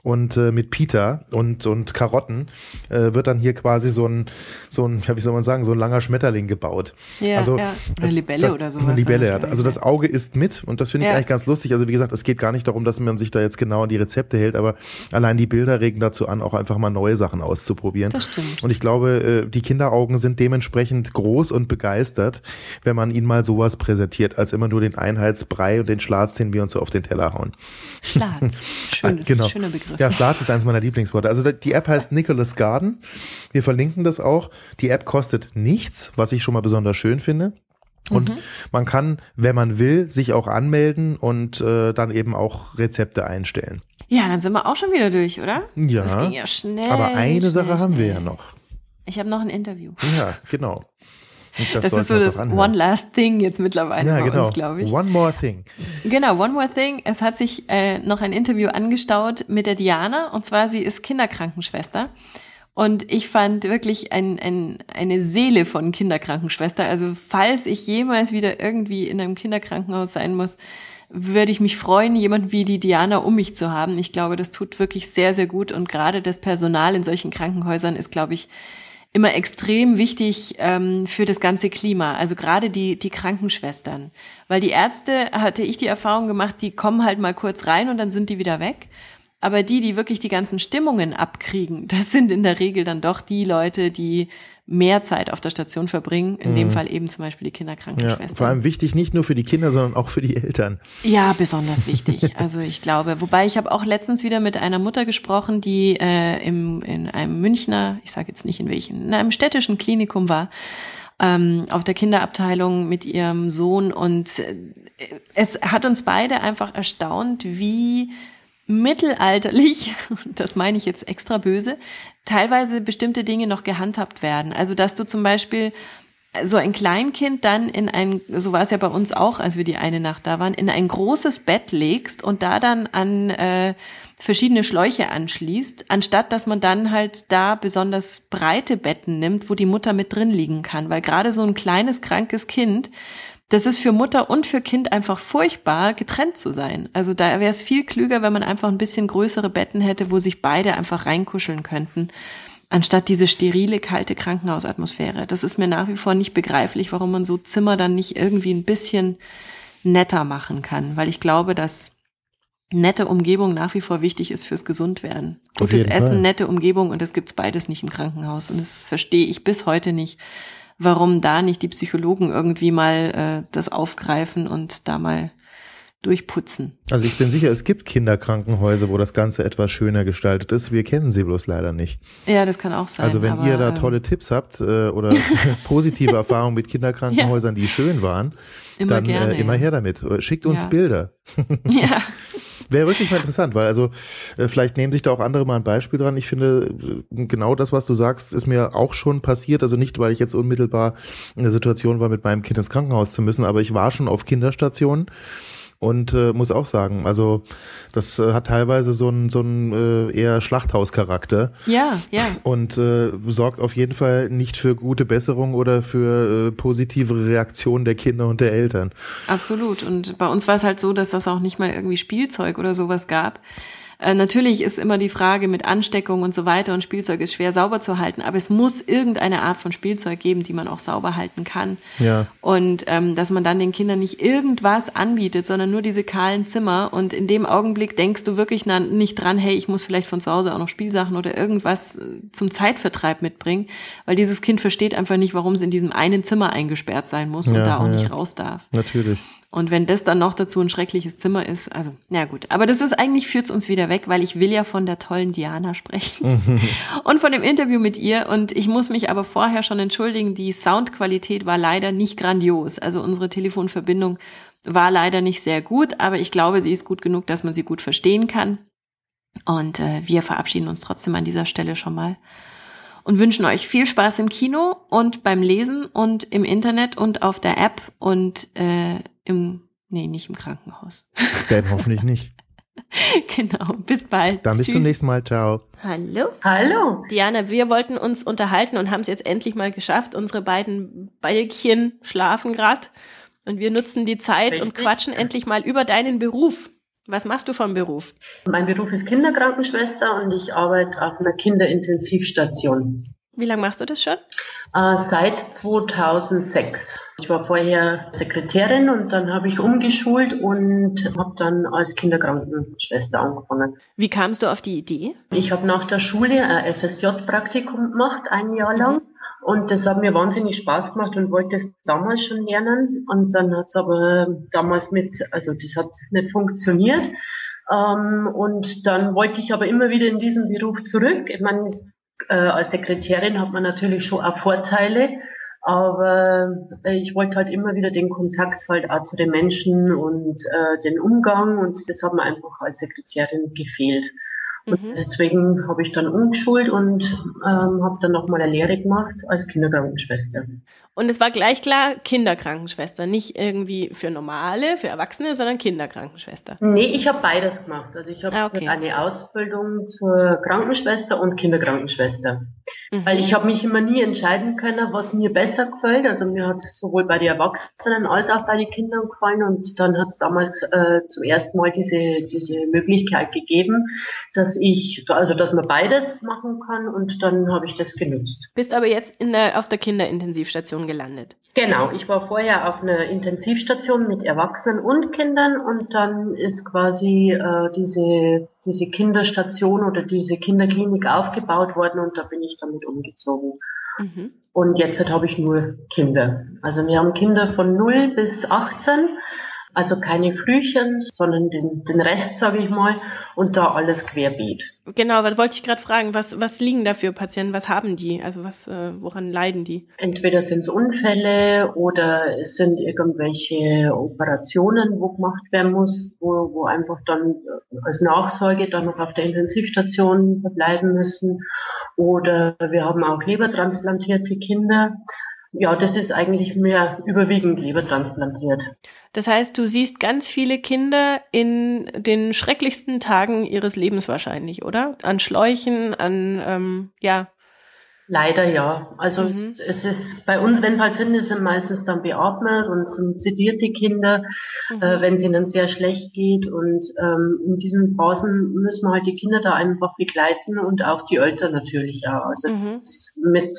und äh, mit Pita und und Karotten äh, wird dann hier quasi so ein so ein, ja, wie soll man sagen, so ein langer Schmetterling gebaut. Ja, also ja. Das, eine Libelle das, oder sowas. Eine Libelle, ja. Also das Auge isst mit und das finde ich ja. eigentlich ganz lustig. Also wie gesagt, es geht gar nicht darum, dass man sich da jetzt genau an die Rezepte hält, aber allein die Bilder regen dazu an, auch einfach mal neue Sachen auszuprobieren. Das stimmt. Und ich glaube, die Kinderaugen sind dementsprechend groß und begeistert, wenn man ihnen mal sowas präsentiert, als immer nur den Einheitsbrei und den Schlatz, den wir uns so auf den Teller hauen. Schlatz. Schönes, genau. Schöner Begriff. Ja, Schlatz ist eins meiner Lieblingsworte. Also die App heißt Nicholas Garden. Wir verlinken das auch. Die App kostet nichts, was ich schon mal besonders schön finde. Und mhm. man kann, wenn man will, sich auch anmelden und äh, dann eben auch Rezepte einstellen. Ja, dann sind wir auch schon wieder durch, oder? Ja. Das ging ja schnell. Aber eine schnell, Sache haben schnell. wir ja noch. Ich habe noch ein Interview. Ja, genau. Und das das ist so das One Last Thing jetzt mittlerweile ja, bei genau. uns, glaube ich. One More Thing. Genau, One More Thing. Es hat sich äh, noch ein Interview angestaut mit der Diana. Und zwar, sie ist Kinderkrankenschwester. Und ich fand wirklich ein, ein, eine Seele von Kinderkrankenschwester. Also falls ich jemals wieder irgendwie in einem Kinderkrankenhaus sein muss, würde ich mich freuen, jemand wie die Diana um mich zu haben. Ich glaube, das tut wirklich sehr, sehr gut. Und gerade das Personal in solchen Krankenhäusern ist, glaube ich, immer extrem wichtig ähm, für das ganze Klima. Also gerade die die Krankenschwestern. Weil die Ärzte, hatte ich die Erfahrung gemacht, die kommen halt mal kurz rein und dann sind die wieder weg. Aber die, die wirklich die ganzen Stimmungen abkriegen, das sind in der Regel dann doch die Leute, die mehr Zeit auf der Station verbringen. In mhm. dem Fall eben zum Beispiel die Kinderkrankenschwestern. Ja, vor allem wichtig nicht nur für die Kinder, sondern auch für die Eltern. Ja, besonders wichtig. Also ich glaube, wobei ich habe auch letztens wieder mit einer Mutter gesprochen, die äh, im in einem Münchner, ich sage jetzt nicht in welchem, in einem städtischen Klinikum war, ähm, auf der Kinderabteilung mit ihrem Sohn. Und äh, es hat uns beide einfach erstaunt, wie mittelalterlich, das meine ich jetzt extra böse, teilweise bestimmte Dinge noch gehandhabt werden. Also dass du zum Beispiel so ein Kleinkind dann in ein, so war es ja bei uns auch, als wir die eine Nacht da waren, in ein großes Bett legst und da dann an äh, verschiedene Schläuche anschließt, anstatt dass man dann halt da besonders breite Betten nimmt, wo die Mutter mit drin liegen kann. Weil gerade so ein kleines, krankes Kind, das ist für Mutter und für Kind einfach furchtbar, getrennt zu sein. Also da wäre es viel klüger, wenn man einfach ein bisschen größere Betten hätte, wo sich beide einfach reinkuscheln könnten, anstatt diese sterile, kalte Krankenhausatmosphäre. Das ist mir nach wie vor nicht begreiflich, warum man so Zimmer dann nicht irgendwie ein bisschen netter machen kann. Weil ich glaube, dass nette Umgebung nach wie vor wichtig ist fürs Gesundwerden. Gutes Essen, Fall. Nette Umgebung, und das gibt's beides nicht im Krankenhaus. Und das verstehe ich bis heute nicht, warum da nicht die Psychologen irgendwie mal äh, das aufgreifen und da mal durchputzen. Also ich bin sicher, es gibt Kinderkrankenhäuser, wo das Ganze etwas schöner gestaltet ist. Wir kennen sie bloß leider nicht. Ja, das kann auch sein. Also wenn aber, ihr da tolle Tipps habt äh, oder positive Erfahrungen mit Kinderkrankenhäusern, ja, die schön waren, immer dann gerne, äh, immer ja. her damit. Schickt uns ja. Bilder. Ja. Wäre wirklich mal interessant, weil also äh, vielleicht nehmen sich da auch andere mal ein Beispiel dran. Ich finde, äh, genau das, was du sagst, ist mir auch schon passiert. Also nicht, weil ich jetzt unmittelbar in der Situation war, mit meinem Kind ins Krankenhaus zu müssen, aber ich war schon auf Kinderstationen. Und äh, muss auch sagen, also das äh, hat teilweise so einen so einen äh, eher Schlachthauscharakter. Ja, ja. Und äh, sorgt auf jeden Fall nicht für gute Besserung oder für äh, positive Reaktionen der Kinder und der Eltern. Absolut. Und bei uns war es halt so, dass das auch nicht mal irgendwie Spielzeug oder sowas gab. Äh, natürlich ist immer die Frage mit Ansteckung und so weiter, und Spielzeug ist schwer sauber zu halten, aber es muss irgendeine Art von Spielzeug geben, die man auch sauber halten kann. Ja. Und ähm, dass man dann den Kindern nicht irgendwas anbietet, sondern nur diese kahlen Zimmer, und in dem Augenblick denkst du wirklich na, nicht dran, hey, ich muss vielleicht von zu Hause auch noch Spielsachen oder irgendwas zum Zeitvertreib mitbringen, weil dieses Kind versteht einfach nicht, warum es in diesem einen Zimmer eingesperrt sein muss, ja, und da auch ja. nicht raus darf. Natürlich. Und wenn das dann noch dazu ein schreckliches Zimmer ist, also, na gut. Aber das ist eigentlich, führt's uns wieder weg, weil ich will ja von der tollen Diana sprechen und von dem Interview mit ihr. Und ich muss mich aber vorher schon entschuldigen, die Soundqualität war leider nicht grandios. Also unsere Telefonverbindung war leider nicht sehr gut, aber ich glaube, sie ist gut genug, dass man sie gut verstehen kann. Und äh, wir verabschieden uns trotzdem an dieser Stelle schon mal und wünschen euch viel Spaß im Kino und beim Lesen und im Internet und auf der App und äh, im, nee, nicht im Krankenhaus. Denn hoffentlich nicht. Genau, bis bald. Dann bis Tschüss. zum nächsten Mal, ciao. Hallo. Hallo. Diana, wir wollten uns unterhalten und haben es jetzt endlich mal geschafft. Unsere beiden Balkchen schlafen gerade und wir nutzen die Zeit Richtig. und quatschen endlich mal über deinen Beruf. Was machst du vom Beruf? Mein Beruf ist Kinderkrankenschwester und ich arbeite auf einer Kinderintensivstation. Wie lange machst du das schon? Äh, seit zweitausendsechs. Ich war vorher Sekretärin und dann habe ich umgeschult und habe dann als Kinderkrankenschwester angefangen. Wie kamst du auf die Idee? Ich habe nach der Schule ein F S J-Praktikum gemacht, ein Jahr lang. Und das hat mir wahnsinnig Spaß gemacht und wollte es damals schon lernen. Und dann hat es aber damals mit, also das hat nicht funktioniert. Ähm, und dann wollte ich aber immer wieder in diesen Beruf zurück. Ich meine, äh, als Sekretärin hat man natürlich schon auch Vorteile. Aber äh, ich wollte halt immer wieder den Kontakt halt auch zu den Menschen und äh, den Umgang. Und das hat mir einfach als Sekretärin gefehlt. Und mhm. deswegen habe ich dann umgeschult und ähm, habe dann nochmal eine Lehre gemacht als Kinderkrankenschwester. Und es war gleich klar, Kinderkrankenschwester, nicht irgendwie für Normale, für Erwachsene, sondern Kinderkrankenschwester. Nee, ich habe beides gemacht. Also ich habe ah, okay. eine Ausbildung zur Krankenschwester und Kinderkrankenschwester. Mhm. Weil ich habe mich immer nie entscheiden können, was mir besser gefällt. Also mir hat es sowohl bei den Erwachsenen als auch bei den Kindern gefallen. Und dann hat es damals äh, zum ersten Mal diese diese Möglichkeit gegeben, dass ich, also dass man beides machen kann. Und dann habe ich das genutzt. Bist aber jetzt in der, auf der Kinderintensivstation gelandet. Genau, ich war vorher auf einer Intensivstation mit Erwachsenen und Kindern und dann ist quasi äh, diese diese Kinderstation oder diese Kinderklinik aufgebaut worden und da bin ich damit umgezogen. Mhm. Und jetzt habe ich nur Kinder. Also wir haben Kinder von null bis achtzehn, also keine Frühchen, sondern den, den Rest, sage ich mal, und da alles querbeet. Genau, was wollte ich gerade fragen, was was liegen da für Patienten, was haben die, also was, äh, woran leiden die? Entweder sind es Unfälle oder es sind irgendwelche Operationen, wo gemacht werden muss, wo, wo einfach dann als Nachsorge dann noch auf der Intensivstation verbleiben müssen. Oder wir haben auch lebertransplantierte Kinder. Ja, das ist eigentlich mehr überwiegend lebertransplantiert. Das heißt, du siehst ganz viele Kinder in den schrecklichsten Tagen ihres Lebens wahrscheinlich, oder? An Schläuchen, an, ähm, ja. Leider ja. Also mhm. es, es ist bei uns, wenn es halt sind, ist es meistens dann beatmet und sind sedierte Kinder, mhm. äh, wenn es ihnen sehr schlecht geht. Und ähm, in diesen Phasen müssen wir halt die Kinder da einfach begleiten und auch die Eltern natürlich auch. Also mhm. mit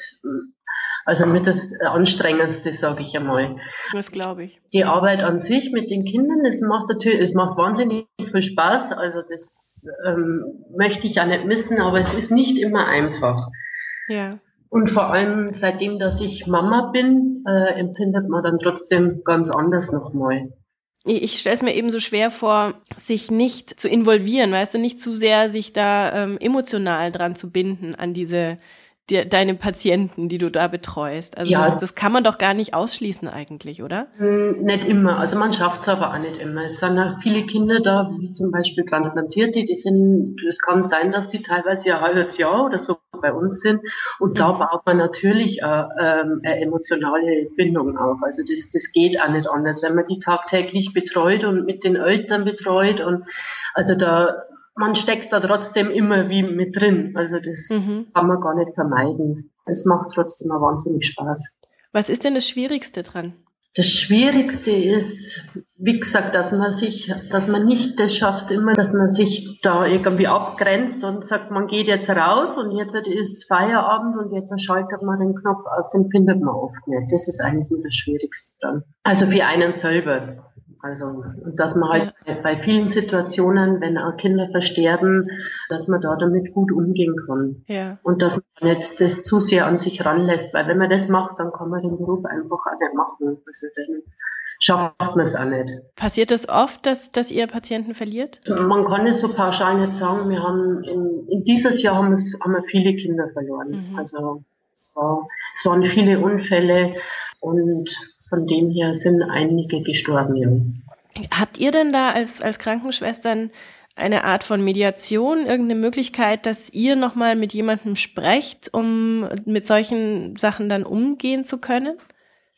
Also mit das Anstrengendste, sage ich einmal. Das glaube ich. Die Arbeit an sich mit den Kindern, das macht natürlich, es macht wahnsinnig viel Spaß. Also das ähm, möchte ich auch nicht missen, aber es ist nicht immer einfach. Ja. Und vor allem seitdem, dass ich Mama bin, äh, empfindet man dann trotzdem ganz anders nochmal. Ich stelle es mir eben so schwer vor, sich nicht zu involvieren, weißt du, nicht zu sehr sich da ähm, emotional dran zu binden an diese Die, deine Patienten, die du da betreust. Also ja. das, das kann man doch gar nicht ausschließen eigentlich, oder? Nicht immer. Also man schafft es aber auch nicht immer. Es sind auch viele Kinder da, wie zum Beispiel Transplantierte, die sind, es kann sein, dass die teilweise ein halbes Jahr oder so bei uns sind. Und mhm. da baut man natürlich auch, ähm, eine emotionale Bindung auf. Also das, das geht auch nicht anders, wenn man die tagtäglich betreut und mit den Eltern betreut. Und also da man steckt da trotzdem immer wie mit drin. Also das mhm. kann man gar nicht vermeiden. Es macht trotzdem auch wahnsinnig Spaß. Was ist denn das Schwierigste dran? Das Schwierigste ist, wie gesagt, dass man sich, dass man nicht das schafft immer, dass man sich da irgendwie abgrenzt und sagt, man geht jetzt raus und jetzt ist Feierabend und jetzt schaltet man den Knopf aus, den findet man oft nicht. Das ist eigentlich nur das Schwierigste dran. Also für einen selber. Also, dass man halt ja. bei vielen Situationen, wenn auch Kinder versterben, dass man da damit gut umgehen kann. Ja. Und dass man nicht das zu sehr an sich ranlässt, weil wenn man das macht, dann kann man den Beruf einfach auch nicht machen. Also dann schafft man es auch nicht. Passiert das oft, dass, dass ihr Patienten verliert? Man kann es so pauschal nicht sagen. Wir haben in, in dieses Jahr haben, es, haben wir viele Kinder verloren. Mhm. Also es, war, es waren viele Unfälle und von dem her sind einige gestorben. Ja. Habt ihr denn da als, als Krankenschwestern eine Art von Mediation, irgendeine Möglichkeit, dass ihr nochmal mit jemandem sprecht, um mit solchen Sachen dann umgehen zu können?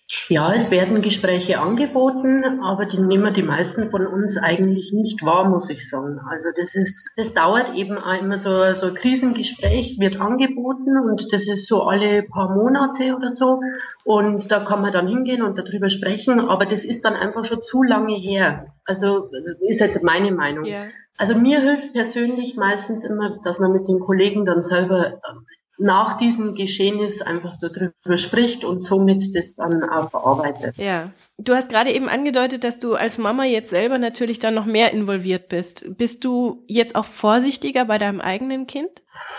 Ja, es werden Gespräche angeboten, aber die nehmen die meisten von uns eigentlich nicht wahr, muss ich sagen. Also das ist, das dauert eben auch immer so, so ein Krisengespräch wird angeboten und das ist so alle paar Monate oder so und da kann man dann hingehen und darüber sprechen, aber das ist dann einfach schon zu lange her. Also ist jetzt meine Meinung. Yeah. Also mir hilft persönlich meistens immer, dass man mit den Kollegen dann selber nach diesem Geschehnis einfach darüber spricht und somit das dann auch verarbeitet. Ja, du hast gerade eben angedeutet, dass du als Mama jetzt selber natürlich dann noch mehr involviert bist. Bist du jetzt auch vorsichtiger bei deinem eigenen Kind?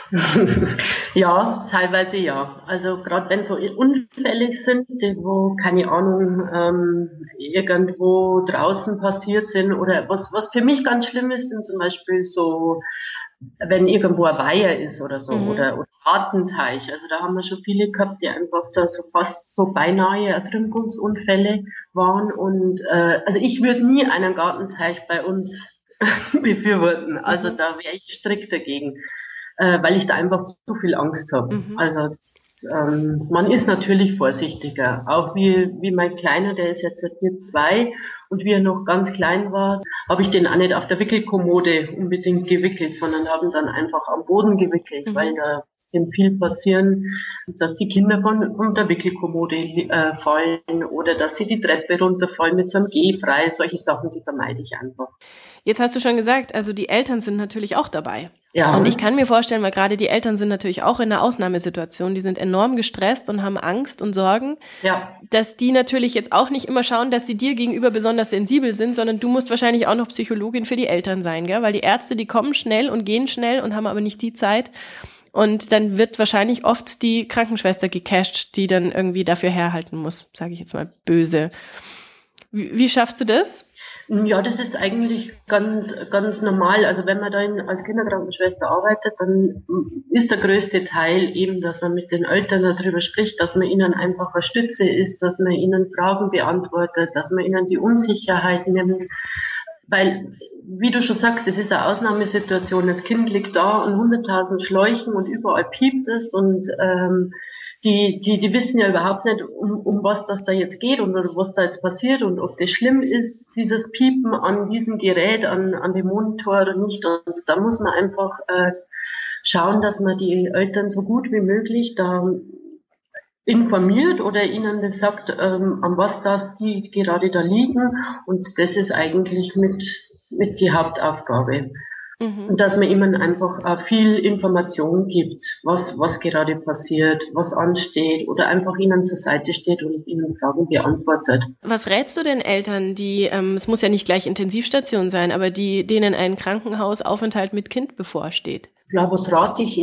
Ja, teilweise ja. Also gerade wenn so Unfälle sind, die, wo, keine Ahnung, ähm, irgendwo draußen passiert sind oder was, was für mich ganz schlimm ist, sind zum Beispiel so wenn irgendwo ein Weiher ist oder so, mhm. oder, oder Gartenteich. Also da haben wir schon viele gehabt, die einfach da so fast so beinahe Ertrinkungsunfälle waren. Und äh, also ich würde nie einen Gartenteich bei uns befürworten. Also mhm. da wäre ich strikt dagegen, äh, weil ich da einfach zu viel Angst habe. Mhm. Also das, ähm, man ist natürlich vorsichtiger. Auch wie, wie mein Kleiner, der ist jetzt seit zwei und wie er noch ganz klein war, habe ich den auch nicht auf der Wickelkommode unbedingt gewickelt, sondern haben dann einfach am Boden gewickelt, mhm. weil da dem viel passieren, dass die Kinder von, von der Wickelkommode äh, fallen oder dass sie die Treppe runterfallen mit so einem Gehfrei. Solche Sachen, die vermeide ich einfach. Jetzt hast du schon gesagt, also die Eltern sind natürlich auch dabei. Ja. Und ich kann mir vorstellen, weil gerade die Eltern sind natürlich auch in einer Ausnahmesituation, die sind enorm gestresst und haben Angst und Sorgen, ja. dass die natürlich jetzt auch nicht immer schauen, dass sie dir gegenüber besonders sensibel sind, sondern du musst wahrscheinlich auch noch Psychologin für die Eltern sein, gell? Weil die Ärzte, die kommen schnell und gehen schnell und haben aber nicht die Zeit. Und dann wird wahrscheinlich oft die Krankenschwester gecasht, die dann irgendwie dafür herhalten muss, sage ich jetzt mal böse. Wie, wie schaffst du das? Ja, das ist eigentlich ganz ganz normal. Also wenn man da in, als Kinderkrankenschwester arbeitet, dann ist der größte Teil eben, dass man mit den Eltern darüber spricht, dass man ihnen einfach eine Stütze ist, dass man ihnen Fragen beantwortet, dass man ihnen die Unsicherheit nimmt. Weil, wie du schon sagst, es ist eine Ausnahmesituation. Das Kind liegt da an hunderttausend Schläuchen und überall piept es und ähm, die, die, die wissen ja überhaupt nicht, um, um was das da jetzt geht und was da jetzt passiert und ob das schlimm ist, dieses Piepen an diesem Gerät, an, an dem Monitor oder nicht. Und da muss man einfach äh, schauen, dass man die Eltern so gut wie möglich da informiert oder ihnen das sagt, ähm, an was das die gerade da liegen. Und das ist eigentlich mit, mit die Hauptaufgabe. Mhm. Und dass man ihnen einfach auch viel Information gibt, was, was gerade passiert, was ansteht oder einfach ihnen zur Seite steht und ihnen Fragen beantwortet. Was rätst du den Eltern, die, ähm, es muss ja nicht gleich Intensivstation sein, aber die, denen ein Krankenhausaufenthalt mit Kind bevorsteht? Ja, was rate ich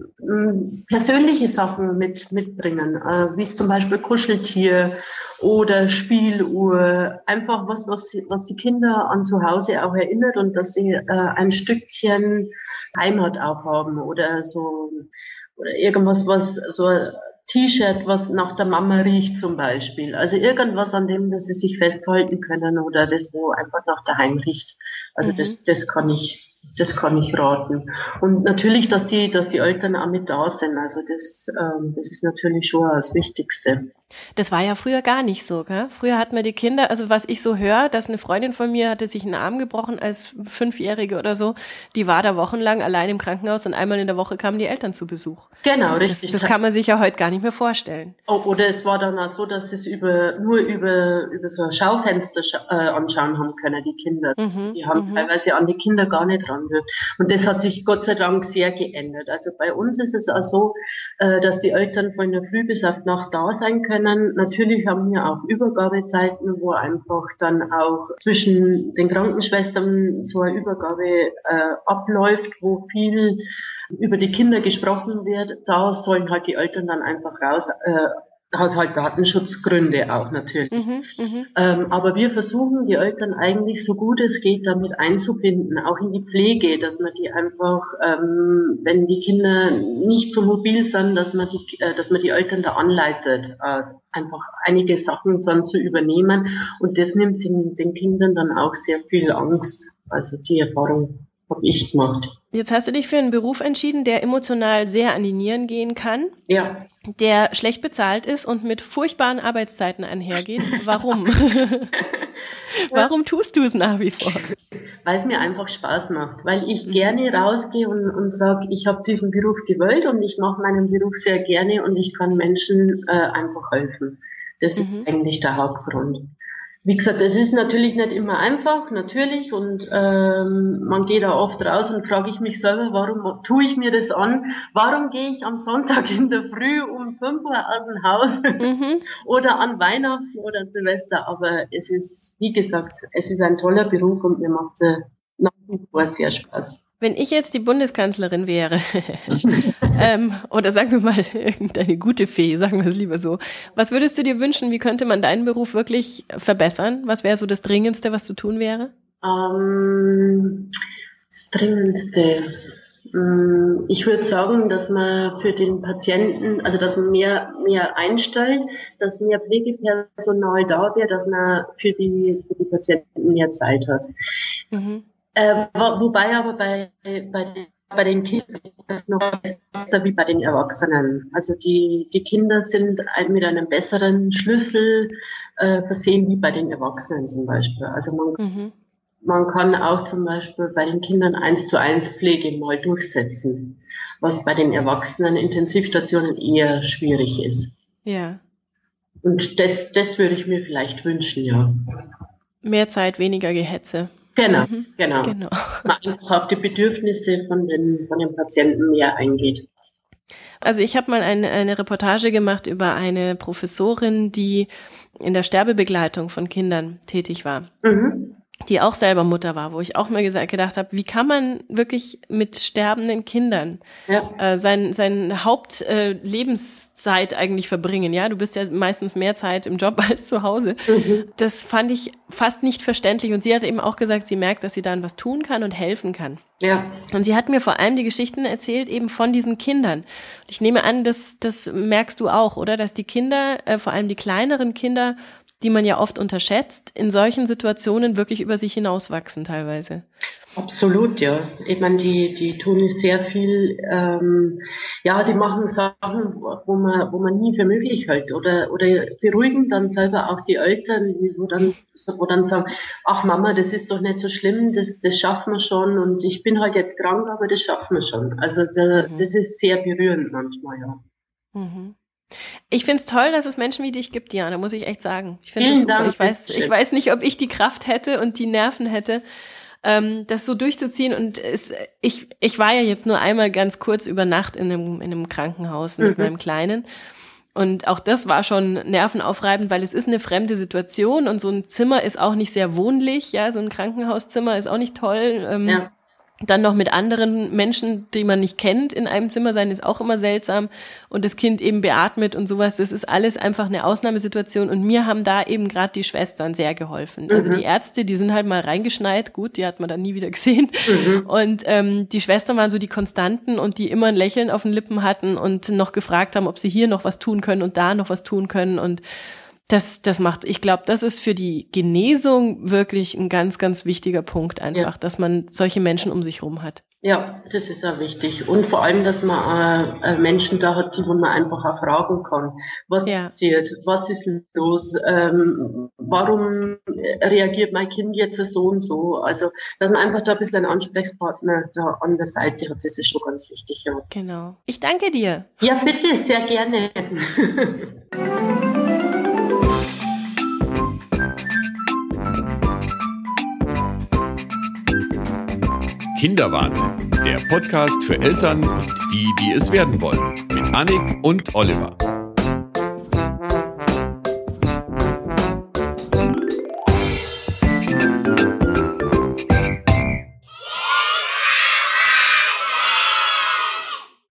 Ihnen? Persönliche Sachen mit mitbringen, äh, wie zum Beispiel Kuscheltier oder Spieluhr. Einfach was, was, was die Kinder an zu Hause auch erinnert und dass sie äh, ein Stückchen Heimat auch haben oder so oder irgendwas, was so ein T-Shirt, was nach der Mama riecht zum Beispiel. Also irgendwas, an dem, dass sie sich festhalten können oder das, wo einfach nach daheim riecht. Also mhm. das, das kann ich. Das kann ich raten. Und natürlich, dass die, dass die Eltern auch mit da sind. Also das, ähm, das ist natürlich schon das Wichtigste. Das war ja früher gar nicht so, gell? Früher hatten wir die Kinder, also was ich so höre, dass eine Freundin von mir hatte sich einen Arm gebrochen als Fünfjährige oder so. Die war da wochenlang allein im Krankenhaus und einmal in der Woche kamen die Eltern zu Besuch. Genau, richtig. Das, das kann man sich ja heute gar nicht mehr vorstellen. Oh, oder es war dann auch so, dass es über, nur über, über so ein Schaufenster äh, anschauen haben können, die Kinder. Mhm, die haben mhm. teilweise an die Kinder gar nicht rangehört. Und das hat sich Gott sei Dank sehr geändert. Also bei uns ist es auch so, äh, dass die Eltern von der Früh bis auf Nacht da sein können. Natürlich haben wir auch Übergabezeiten, wo einfach dann auch zwischen den Krankenschwestern so eine Übergabe äh, abläuft, wo viel über die Kinder gesprochen wird. Da sollen halt die Eltern dann einfach raus, äh, hat halt Datenschutzgründe auch natürlich. Mhm, ähm, aber wir versuchen, die Eltern eigentlich so gut es geht damit einzubinden, auch in die Pflege, dass man die einfach, ähm, wenn die Kinder nicht so mobil sind, dass man die, äh, dass man die Eltern da anleitet, äh, einfach einige Sachen dann zu übernehmen. Und das nimmt den, den Kindern dann auch sehr viel Angst. Also die Erfahrung habe ich gemacht. Jetzt hast du dich für einen Beruf entschieden, der emotional sehr an die Nieren gehen kann. Ja. Der schlecht bezahlt ist und mit furchtbaren Arbeitszeiten einhergeht. Warum? Warum tust du es nach wie vor? Weil es mir einfach Spaß macht, weil ich gerne rausgehe und, und sage, ich habe diesen Beruf gewählt und ich mache meinen Beruf sehr gerne und ich kann Menschen äh, einfach helfen. Das mhm. ist eigentlich der Hauptgrund. Wie gesagt, es ist natürlich nicht immer einfach, natürlich, und ähm, man geht da oft raus und frage ich mich selber, warum tue ich mir das an? Warum gehe ich am Sonntag in der Früh um fünf Uhr aus dem Haus mhm. oder an Weihnachten oder Silvester? Aber es ist, wie gesagt, es ist ein toller Beruf und mir macht äh, nach wie vor sehr Spaß. Wenn ich jetzt die Bundeskanzlerin wäre, ähm, oder sagen wir mal irgendeine gute Fee, sagen wir es lieber so, was würdest du dir wünschen, wie könnte man deinen Beruf wirklich verbessern? Was wäre so das Dringendste, was zu tun wäre? Ähm, das Dringendste, ich würde sagen, dass man für den Patienten, also dass man mehr, mehr einstellt, dass mehr Pflegepersonal da wäre, dass man für die, für die Patienten mehr Zeit hat. Mhm. Äh, wobei aber bei, bei, den, bei den Kindern noch besser wie bei den Erwachsenen. Also die, die Kinder sind ein, mit einem besseren Schlüssel äh, versehen wie bei den Erwachsenen zum Beispiel. Also man, mhm. man kann auch zum Beispiel bei den Kindern eins zu eins Pflege mal durchsetzen, was bei den Erwachsenen Intensivstationen eher schwierig ist. Ja. Und das, das würde ich mir vielleicht wünschen, ja. Mehr Zeit, weniger Gehetze. Genau, mhm, genau. genau. Man einfach auf die Bedürfnisse von den, von den Patienten mehr eingeht. Also ich habe mal eine, eine Reportage gemacht über eine Professorin, die in der Sterbebegleitung von Kindern tätig war. Mhm. Die auch selber Mutter war, wo ich auch mal gesagt, gedacht habe, wie kann man wirklich mit sterbenden Kindern ja. äh, sein, sein Hauptlebenszeit äh, eigentlich verbringen, ja? Du bist ja meistens mehr Zeit im Job als zu Hause. Mhm. Das fand ich fast nicht verständlich und sie hat eben auch gesagt, sie merkt, dass sie dann was tun kann und helfen kann. Ja. Und sie hat mir vor allem die Geschichten erzählt eben von diesen Kindern. Und ich nehme an, das, das merkst du auch, oder? Dass die Kinder, äh, vor allem die kleineren Kinder, die man ja oft unterschätzt, in solchen Situationen wirklich über sich hinauswachsen teilweise. Absolut, ja. Ich meine, die, die tun sehr viel, ähm, ja, die machen Sachen, wo man, wo man nie für möglich hält, oder, oder beruhigen dann selber auch die Eltern, wo dann, wo dann sagen, ach Mama, das ist doch nicht so schlimm, das, das schaffen wir schon, und ich bin halt jetzt krank, aber das schaffen wir schon. Also, da, mhm. das ist sehr berührend manchmal, ja. Mhm. Ich find's toll, dass es Menschen wie dich gibt, Diana, muss ich echt sagen. Ich finde das super. Dank, ich weiß, ich weiß nicht, ob ich die Kraft hätte und die Nerven hätte, ähm, das so durchzuziehen. Und es, ich, ich war ja jetzt nur einmal ganz kurz über Nacht in einem, in einem Krankenhaus mit mhm. meinem Kleinen. Und auch das war schon nervenaufreibend, weil es ist eine fremde Situation und so ein Zimmer ist auch nicht sehr wohnlich. Ja, so ein Krankenhauszimmer ist auch nicht toll. Ähm, ja. Dann noch mit anderen Menschen, die man nicht kennt, in einem Zimmer sein, ist auch immer seltsam. Und das Kind eben beatmet und sowas, das ist alles einfach eine Ausnahmesituation. Und mir haben da eben gerade die Schwestern sehr geholfen. Mhm. Also die Ärzte, die sind halt mal reingeschneit, gut, die hat man dann nie wieder gesehen. Mhm. Und ähm, die Schwestern waren so die Konstanten und die immer ein Lächeln auf den Lippen hatten und noch gefragt haben, ob sie hier noch was tun können und da noch was tun können. Und Das, das macht, ich glaube, das ist für die Genesung wirklich ein ganz, ganz wichtiger Punkt einfach, ja. dass man solche Menschen um sich rum hat. Ja, das ist auch wichtig. Und vor allem, dass man äh, Menschen da hat, die wo man einfach auch fragen kann. Was ja. passiert? Was ist los? Ähm, warum reagiert mein Kind jetzt so und so? Also, dass man einfach da ein bisschen einen Ansprechpartner da an der Seite hat, das ist schon ganz wichtig. Ja. Genau. Ich danke dir. Ja, bitte, sehr gerne. Kinderwahnsinn, der Podcast für Eltern und die, die es werden wollen, mit Annik und Oliver.